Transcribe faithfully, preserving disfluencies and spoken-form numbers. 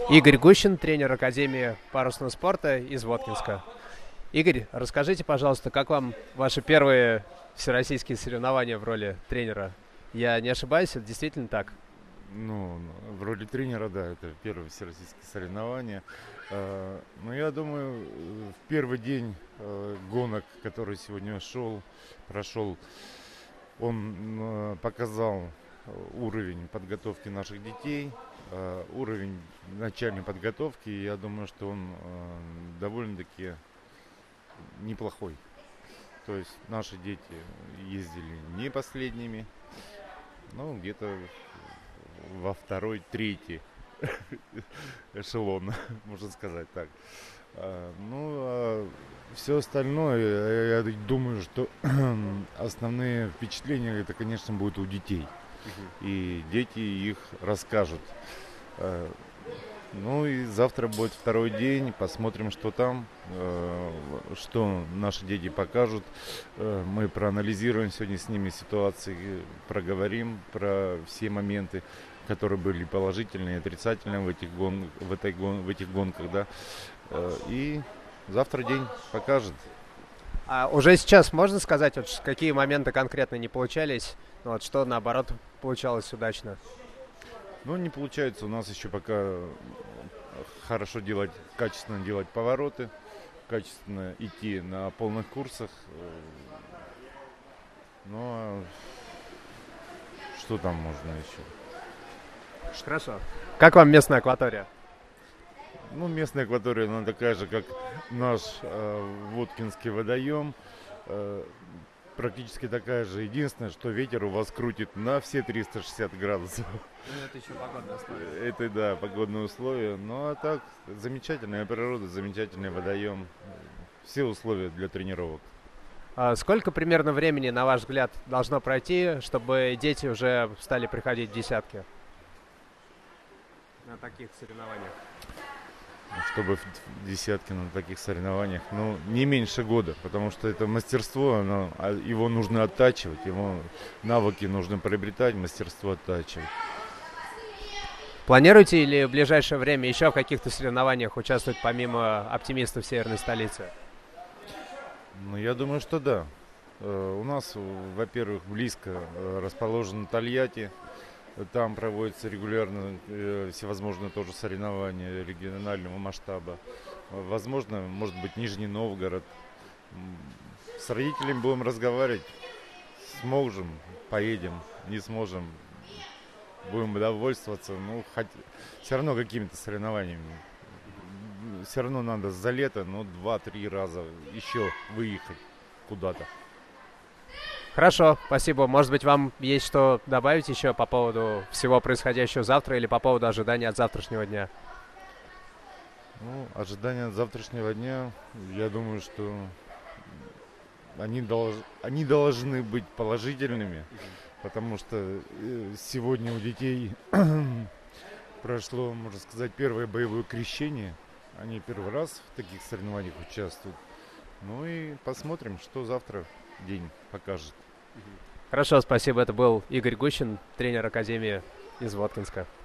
Игорь Гущин, тренер Академии парусного спорта из Воткинска. Игорь, расскажите, пожалуйста, как вам ваши первые всероссийские соревнования в роли тренера? Я не ошибаюсь, это действительно так? Ну, в роли тренера, да, это первые всероссийские соревнования. Э, Но я думаю, э, в первый день э, гонок, который сегодня шел, прошел, он э, показал э, уровень подготовки наших детей, э, уровень начальной подготовки. И я думаю, что он э, довольно-таки неплохой. То есть наши дети ездили не последними, ну, где-то во второй, третий эшелон, можно сказать так. А, ну, а все остальное, я думаю, что основные впечатления, это, конечно, будет у детей. И дети их расскажут. А, ну и завтра будет второй день, посмотрим, что там, э, что наши дети покажут. Э, мы проанализируем сегодня с ними ситуации, проговорим про все моменты, которые были положительные и отрицательные в этих, гон, в этой гон, в этих гонках, да. Э, и завтра день покажет. А уже сейчас можно сказать, вот, какие моменты конкретно не получались, ну, вот, что наоборот получалось удачно? Ну, не получается у нас еще пока хорошо делать, качественно делать повороты, качественно идти на полных курсах. Ну, а что там можно еще? Хорошо. Как вам местная акватория? Ну, местная акватория, она такая же, как наш э, Воткинский водоем. Э, практически такая же. Единственное, что ветер у вас крутит на все триста шестьдесят градусов. Ну, это еще погодные условия. Это, да, погодные условия. Ну, а так, замечательная природа, замечательный водоем. Все условия для тренировок. А сколько примерно времени, на ваш взгляд, должно пройти, чтобы дети уже стали приходить в десятки на таких соревнованиях? Чтобы в десятки на таких соревнованиях, ну, не меньше года, потому что это мастерство, оно, его нужно оттачивать, его навыки нужно приобретать, мастерство оттачивать. Планируете ли в ближайшее время еще в каких-то соревнованиях участвовать помимо оптимистов северной столицы? Ну, я думаю, что да. У нас, во-первых, близко расположено Тольятти. Там проводятся регулярно э, всевозможные тоже соревнования регионального масштаба. Возможно, может быть, Нижний Новгород. С родителями будем разговаривать. Сможем, поедем. Не сможем, будем довольствоваться. Ну, хоть, все равно какими-то соревнованиями. Все равно надо за лето, ну, два-три раза еще выехать куда-то. Хорошо, спасибо. Может быть, вам есть что добавить еще по поводу всего происходящего завтра или по поводу ожидания от завтрашнего дня? Ну, ожидания от завтрашнего дня, я думаю, что они, долж... они должны быть положительными, потому что сегодня у детей прошло, можно сказать, первое боевое крещение. Они первый раз в таких соревнованиях участвуют. Ну и посмотрим, что завтра день покажет. Хорошо, спасибо. Это был Игорь Гущин, тренер Академии из Воткинска.